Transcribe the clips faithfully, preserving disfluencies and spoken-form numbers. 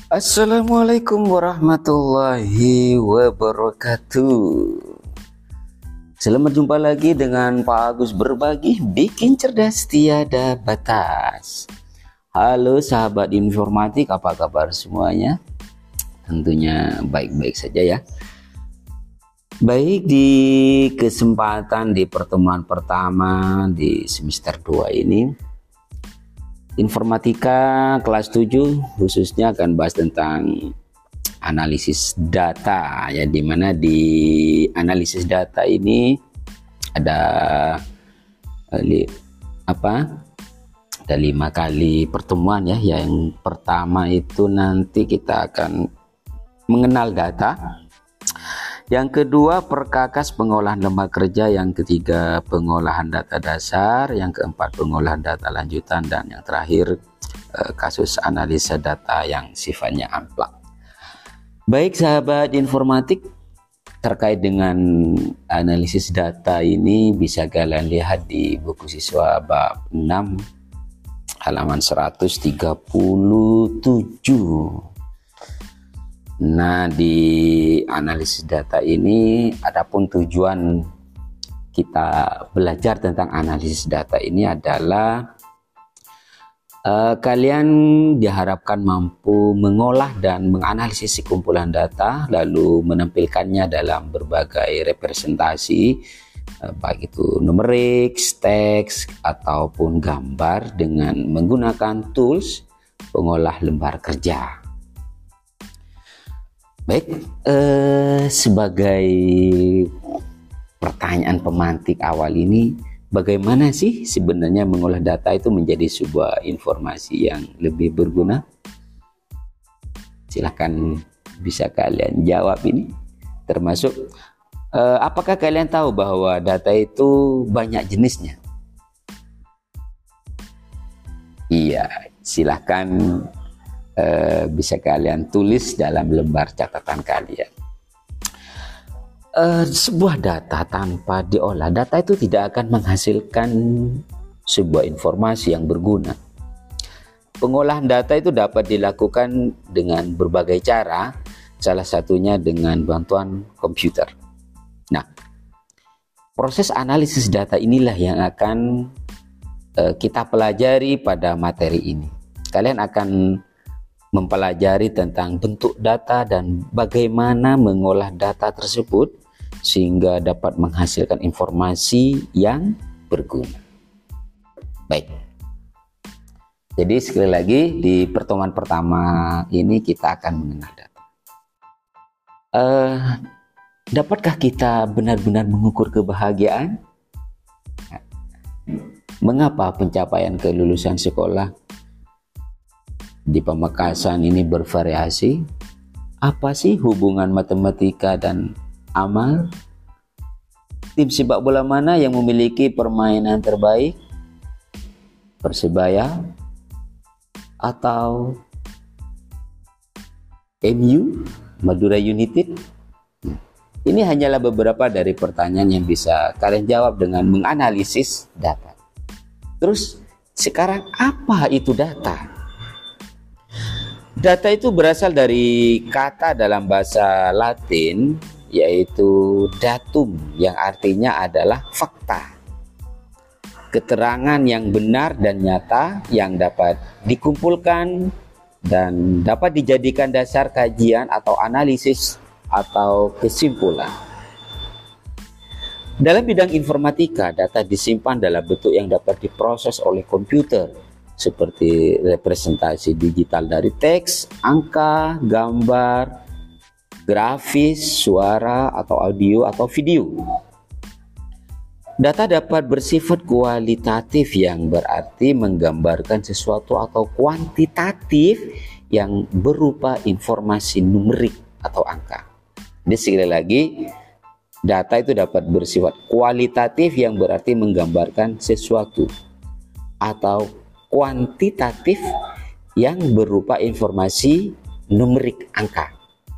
Assalamualaikum warahmatullahi wabarakatuh. Selamat jumpa lagi dengan Pak Agus Berbagi, bikin cerdas tiada batas. Halo sahabat informatik, apa kabar semuanya? Tentunya baik-baik saja ya. Baik, di kesempatan di pertemuan pertama di semester dua ini, informatika kelas tujuh khususnya akan bahas tentang analisis data ya, dimana di analisis data ini ada eh, apa ada lima kali pertemuan ya. Yang pertama itu nanti kita akan mengenal data, yang kedua perkakas pengolahan lembar kerja, yang ketiga pengolahan data dasar, yang keempat pengolahan data lanjutan, dan yang terakhir eh, kasus analisa data yang sifatnya amplak. Baik sahabat informatik, terkait dengan analisis data ini bisa kalian lihat di buku siswa bab enam halaman seratus tiga puluh tujuh. Nah, di analisis data ini, adapun tujuan kita belajar tentang analisis data ini adalah uh, kalian diharapkan mampu mengolah dan menganalisis kumpulan data, lalu menampilkannya dalam berbagai representasi, uh, baik itu numerik, teks, ataupun gambar dengan menggunakan tools pengolah lembar kerja. Baik, eh, sebagai pertanyaan pemantik awal ini, bagaimana sih sebenarnya mengolah data itu menjadi sebuah informasi yang lebih berguna? Silahkan bisa kalian jawab ini. Termasuk, eh, apakah kalian tahu bahwa data itu banyak jenisnya? Iya, silahkan Uh, bisa kalian tulis dalam lembar catatan kalian. Uh, sebuah data tanpa diolah, data itu tidak akan menghasilkan sebuah informasi yang berguna. Pengolahan data itu dapat dilakukan dengan berbagai cara, salah satunya dengan bantuan komputer. Nah, proses analisis data inilah yang akan uh, kita pelajari pada materi ini. Kalian akan mempelajari tentang bentuk data dan bagaimana mengolah data tersebut sehingga dapat menghasilkan informasi yang berguna. Baik, jadi sekali lagi di pertemuan pertama ini kita akan mengenal data. Uh, dapatkah kita benar-benar mengukur kebahagiaan? Mengapa pencapaian kelulusan sekolah di Pamekasan ini bervariasi? Apa sih hubungan matematika dan amal? Tim sepak bola mana yang memiliki permainan terbaik? Persebaya atau M U, Madura United? Ini hanyalah beberapa dari pertanyaan yang bisa kalian jawab dengan menganalisis data. Terus sekarang apa itu data? Data itu berasal dari kata dalam bahasa Latin yaitu datum, yang artinya adalah fakta, keterangan yang benar dan nyata yang dapat dikumpulkan dan dapat dijadikan dasar kajian atau analisis atau kesimpulan. Dalam bidang informatika, data disimpan dalam bentuk yang dapat diproses oleh komputer, seperti representasi digital dari teks, angka, gambar, grafis, suara, atau audio, atau video. Data dapat bersifat kualitatif yang berarti menggambarkan sesuatu, atau kuantitatif yang berupa informasi numerik atau angka. Jadi sekali lagi, data itu dapat bersifat kualitatif yang berarti menggambarkan sesuatu, atau kuantitatif yang berupa informasi numerik angka.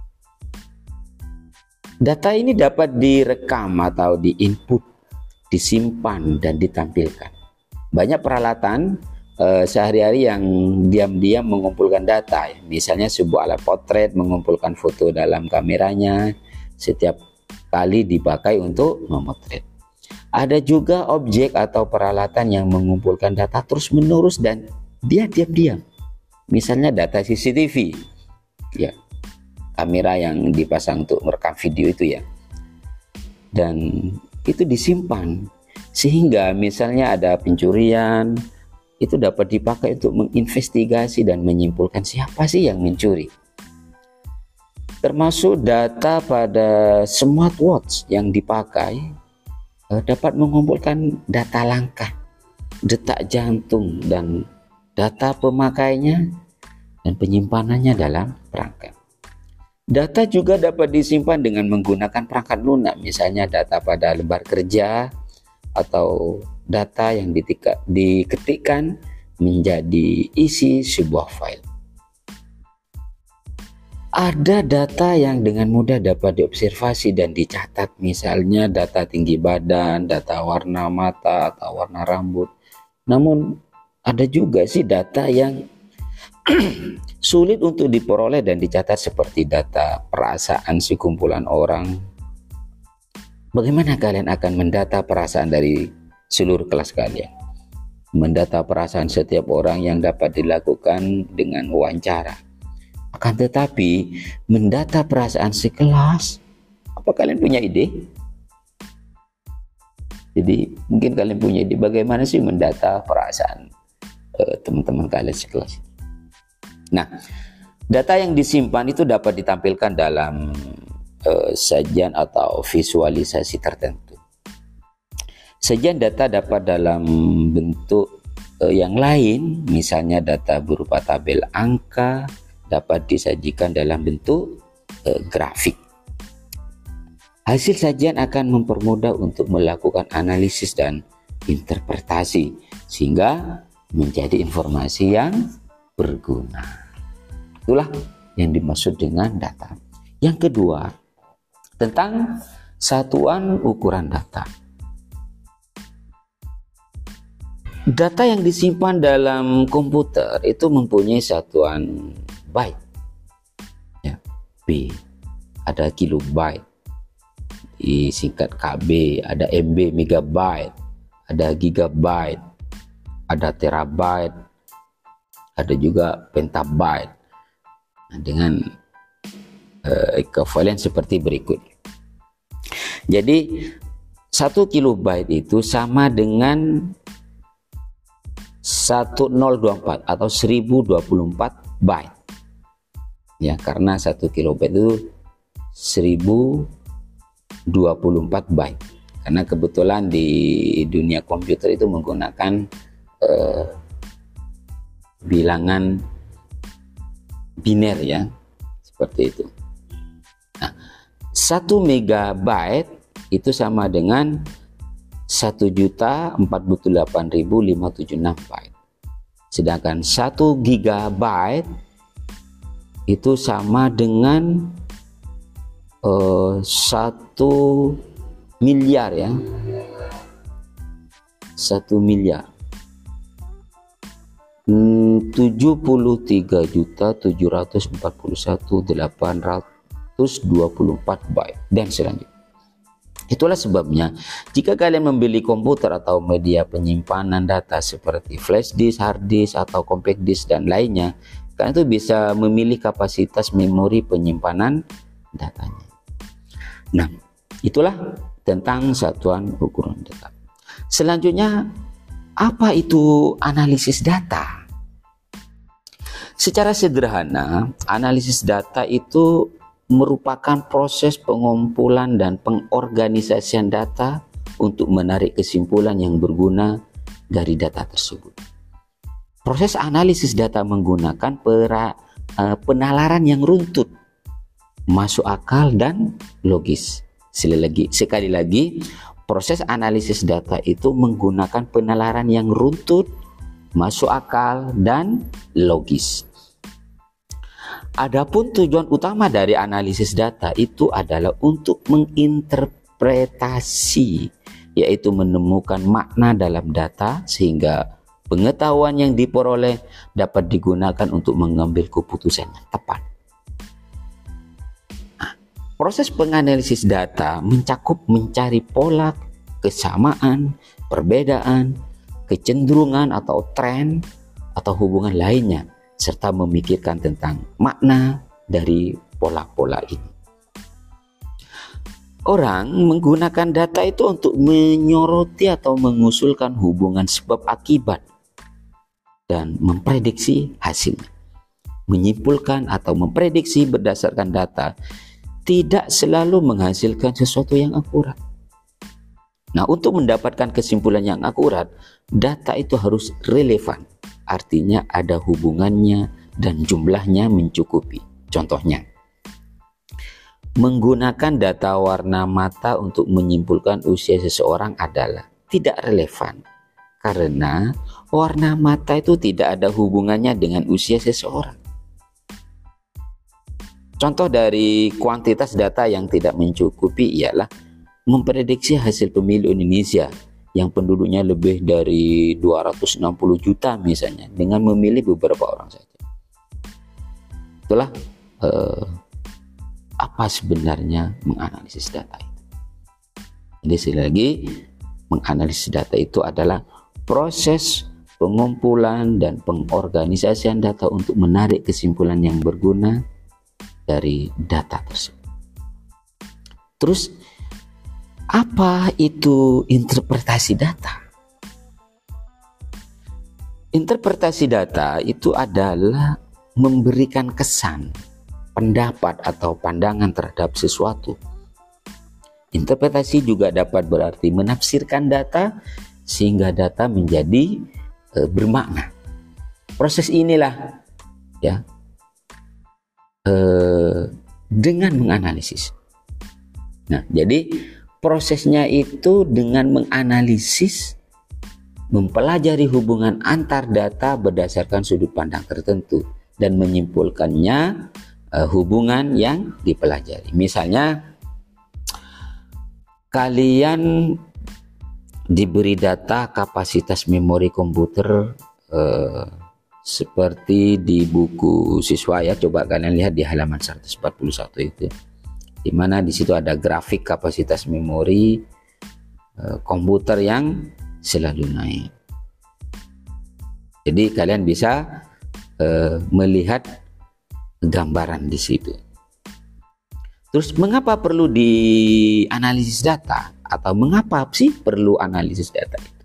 Data ini dapat direkam atau diinput, disimpan dan ditampilkan. Banyak peralatan uh, sehari-hari yang diam-diam mengumpulkan data. Misalnya sebuah alat potret mengumpulkan foto dalam kameranya, setiap kali dipakai untuk memotret. Ada juga objek atau peralatan yang mengumpulkan data terus-menerus dan dia diam-diam. Misalnya data C C T V, ya, kamera yang dipasang untuk merekam video itu ya, dan itu disimpan sehingga misalnya ada pencurian, itu dapat dipakai untuk menginvestigasi dan menyimpulkan siapa sih yang mencuri. Termasuk data pada smartwatch yang dipakai eh, dapat mengumpulkan data langkah, detak jantung, dan data pemakainya dan penyimpanannya dalam perangkat. Data juga dapat disimpan dengan menggunakan perangkat lunak, misalnya data pada lembar kerja atau data yang ditika, diketikkan menjadi isi sebuah file. Ada data yang dengan mudah dapat diobservasi dan dicatat, misalnya data tinggi badan, data warna mata atau warna rambut. Namun ada juga sih data yang sulit untuk diperoleh dan dicatat, seperti data perasaan sekumpulan orang. Bagaimana kalian akan mendata perasaan dari seluruh kelas kalian? Mendata perasaan setiap orang yang dapat dilakukan dengan wawancara. Akan tetapi mendata perasaan sekelas, apa kalian punya ide? Jadi mungkin kalian punya ide bagaimana sih mendata perasaan teman-teman kalian sekelas. Nah, data yang disimpan itu dapat ditampilkan dalam uh, sajian atau visualisasi tertentu. Sajian data dapat dalam bentuk uh, yang lain, misalnya data berupa tabel angka dapat disajikan dalam bentuk uh, grafik. Hasil sajian akan mempermudah untuk melakukan analisis dan interpretasi sehingga menjadi informasi yang berguna. Itulah yang dimaksud dengan data. Yang kedua, tentang satuan ukuran data. Data yang disimpan dalam komputer itu mempunyai satuan byte, ya, B, ada kilobyte, disingkat K B, ada M B, megabyte, ada gigabyte, ada terabyte, ada juga petabyte, nah, dengan uh, ekuivalen seperti berikut. Jadi satu kilobyte itu sama dengan seribu dua puluh empat atau seribu dua puluh empat byte, ya, karena satu kilobyte itu seribu dua puluh empat byte, karena kebetulan di dunia komputer itu menggunakan Uh, bilangan biner, ya, seperti itu. Nah, satu megabyte itu sama dengan satu juta empat puluh delapan ribu lima ratus tujuh puluh enam byte. Sedangkan satu gigabyte itu sama dengan uh, satu miliar, ya, satu miliar. tujuh puluh tiga juta tujuh ratus empat puluh satu ribu delapan ratus dua puluh empat byte dan selanjutnya. Itulah sebabnya jika kalian membeli komputer atau media penyimpanan data seperti flash disk, hard disk atau compact disk dan lainnya, kalian itu bisa memilih kapasitas memori penyimpanan datanya. Nah, itulah tentang satuan ukuran data. Selanjutnya, apa itu analisis data? Secara sederhana, analisis data itu merupakan proses pengumpulan dan pengorganisasian data untuk menarik kesimpulan yang berguna dari data tersebut. Proses analisis data menggunakan pera, uh, penalaran yang runtut, masuk akal, dan logis. Sekali lagi, sekali lagi, proses analisis data itu menggunakan penalaran yang runtut, masuk akal, dan logis. Adapun tujuan utama dari analisis data itu adalah untuk menginterpretasi, yaitu menemukan makna dalam data sehingga Pengetahuan yang diperoleh dapat digunakan untuk mengambil keputusan yang tepat. Nah, proses penganalisis data mencakup mencari pola, kesamaan, perbedaan, kecenderungan atau tren atau hubungan lainnya, serta memikirkan tentang makna dari pola-pola ini. Orang menggunakan data itu untuk menyoroti atau mengusulkan hubungan sebab akibat dan memprediksi hasilnya. Menyimpulkan atau memprediksi berdasarkan data tidak selalu menghasilkan sesuatu yang akurat. Nah, untuk mendapatkan kesimpulan yang akurat, data itu harus relevan. Artinya ada hubungannya dan jumlahnya mencukupi. Contohnya, menggunakan data warna mata untuk menyimpulkan usia seseorang adalah tidak relevan. Karena warna mata itu tidak ada hubungannya dengan usia seseorang. Contoh dari kuantitas data yang tidak mencukupi ialah memprediksi hasil pemilu Indonesia yang penduduknya lebih dari dua ratus enam puluh juta misalnya, dengan memilih beberapa orang saja. Itulah eh, apa sebenarnya menganalisis data itu. Jadi sekali lagi, menganalisis data itu adalah proses pengumpulan dan pengorganisasian data untuk menarik kesimpulan yang berguna dari data tersebut. Terus, apa itu interpretasi data? Interpretasi data itu adalah memberikan kesan, pendapat atau pandangan terhadap sesuatu. Interpretasi juga dapat berarti menafsirkan data sehingga data menjadi e, bermakna. Proses inilah ya e, dengan menganalisis. Nah, jadi prosesnya itu dengan menganalisis, mempelajari hubungan antar data berdasarkan sudut pandang tertentu dan menyimpulkannya uh, hubungan yang dipelajari. Misalnya, kalian diberi data kapasitas memori komputer uh, seperti di buku siswa ya, coba kalian lihat di halaman seratus empat puluh satu itu, di mana di situ ada grafik kapasitas memori uh, komputer yang selalu naik. Jadi kalian bisa uh, melihat gambaran di situ. Terus mengapa perlu dianalisis data, atau mengapa sih perlu analisis data itu?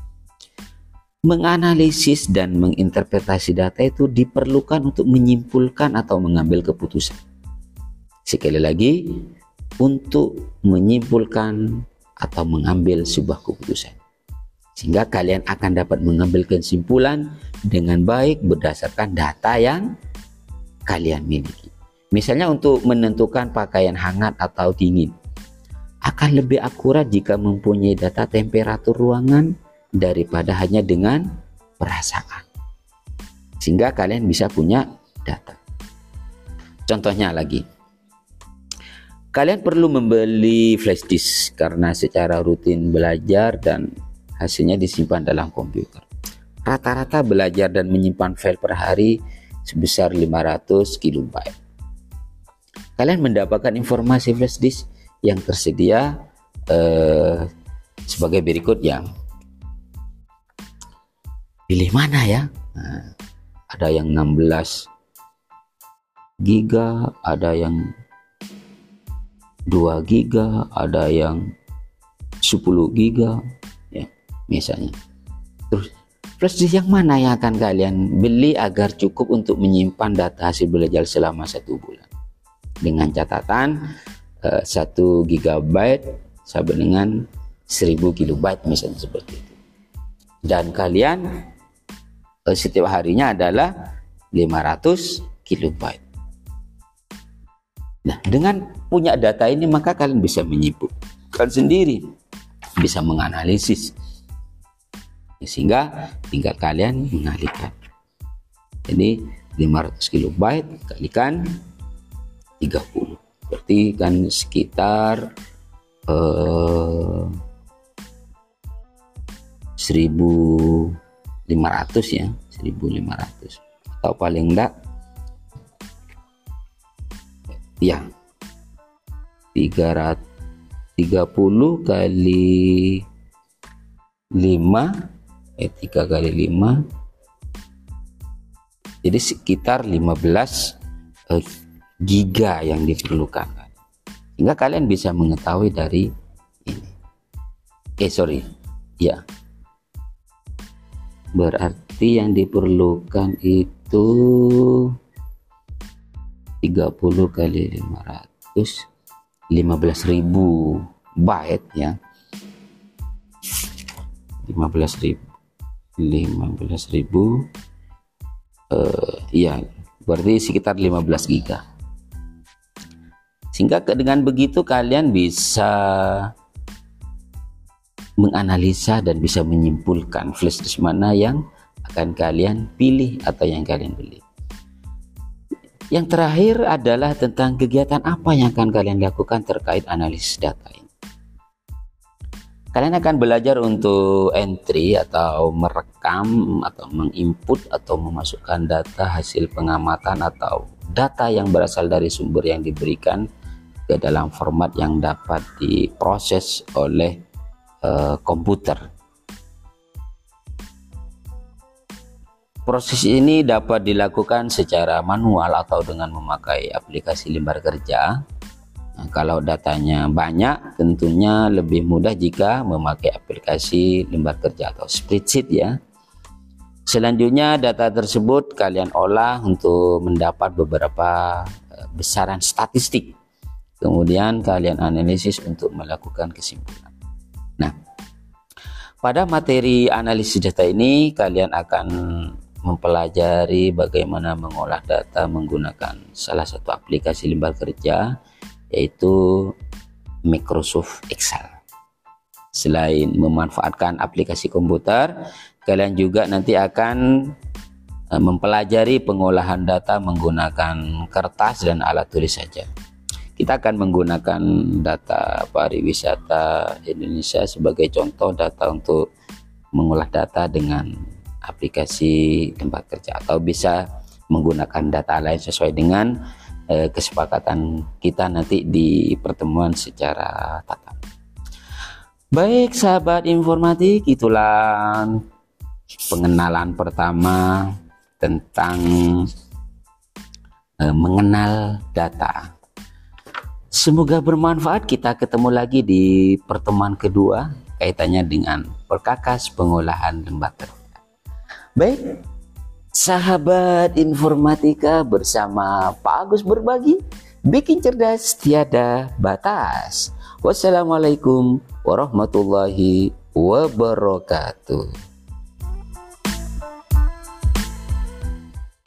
Menganalisis dan menginterpretasi data itu diperlukan untuk menyimpulkan atau mengambil keputusan. Sekali lagi, untuk menyimpulkan atau mengambil sebuah keputusan, sehingga kalian akan dapat mengambil kesimpulan dengan baik berdasarkan data yang kalian miliki. Misalnya untuk menentukan pakaian hangat atau dingin, akan lebih akurat jika mempunyai data temperatur ruangan daripada hanya dengan perasaan, sehingga kalian bisa punya data. Contohnya lagi, kalian perlu membeli flash disk karena secara rutin belajar dan hasilnya disimpan dalam komputer. Rata-rata belajar dan menyimpan file per hari sebesar lima ratus kilobyte. Kalian mendapatkan informasi flash disk yang tersedia eh, sebagai berikut ya. Pilih mana ya? Nah, ada yang enam belas giga, ada yang dua giga, ada yang sepuluh giga ya, misalnya. Terus flash disk yang mana yang akan kalian beli agar cukup untuk menyimpan data hasil belajar selama satu bulan? Dengan catatan uh, satu gigabyte sama dengan seribu kilobyte misalnya, seperti itu. Dan kalian uh, setiap harinya adalah lima ratus kilobyte. Nah, dengan punya data ini maka kalian bisa menyimpulkan sendiri, bisa menganalisis, sehingga tinggal kalian mengalihkan. Jadi lima ratus kilobyte kalikan tiga puluh, berarti kan sekitar eh, seribu lima ratus ya, seribu lima ratus, atau paling enggak ya tiga ratus tiga puluh kali lima, eh tiga kali lima, jadi sekitar lima belas eh, giga yang diperlukan, sehingga kalian bisa mengetahui dari ini. Eh sorry ya, berarti yang diperlukan itu tiga puluh kali lima ratus, lima belas ribu byte ya, lima belas ribu lima belas ribu uh, ya berarti sekitar lima belas giga. Sehingga dengan begitu kalian bisa menganalisa dan bisa menyimpulkan flash disk mana yang akan kalian pilih atau yang kalian beli. Yang terakhir adalah tentang kegiatan apa yang akan kalian lakukan terkait analisis data ini. Kalian akan belajar untuk entry atau merekam atau menginput atau memasukkan data hasil pengamatan atau data yang berasal dari sumber yang diberikan ke dalam format yang dapat diproses oleh uh, komputer. Proses ini dapat dilakukan secara manual atau dengan memakai aplikasi lembar kerja. Nah, kalau datanya banyak, tentunya lebih mudah jika memakai aplikasi lembar kerja atau spreadsheet ya. Selanjutnya data tersebut kalian olah untuk mendapat beberapa besaran statistik. Kemudian kalian analisis untuk melakukan kesimpulan. Nah, pada materi analisis data ini kalian akan mempelajari bagaimana mengolah data menggunakan salah satu aplikasi lembar kerja, yaitu Microsoft Excel. Selain memanfaatkan aplikasi komputer, kalian juga nanti akan mempelajari pengolahan data menggunakan kertas dan alat tulis saja. Kita akan menggunakan data pariwisata Indonesia sebagai contoh data untuk mengolah data dengan aplikasi lembar kerja, atau bisa menggunakan data lain sesuai dengan eh, kesepakatan kita nanti di pertemuan secara tatap. Baik sahabat informatik, itulah pengenalan pertama tentang eh, mengenal data. Semoga bermanfaat. Kita ketemu lagi di pertemuan kedua kaitannya dengan perkakas pengolahan lembar kerja. Baik, sahabat informatika, bersama Pak Agus berbagi, bikin cerdas tiada batas. Wassalamualaikum warahmatullahi wabarakatuh.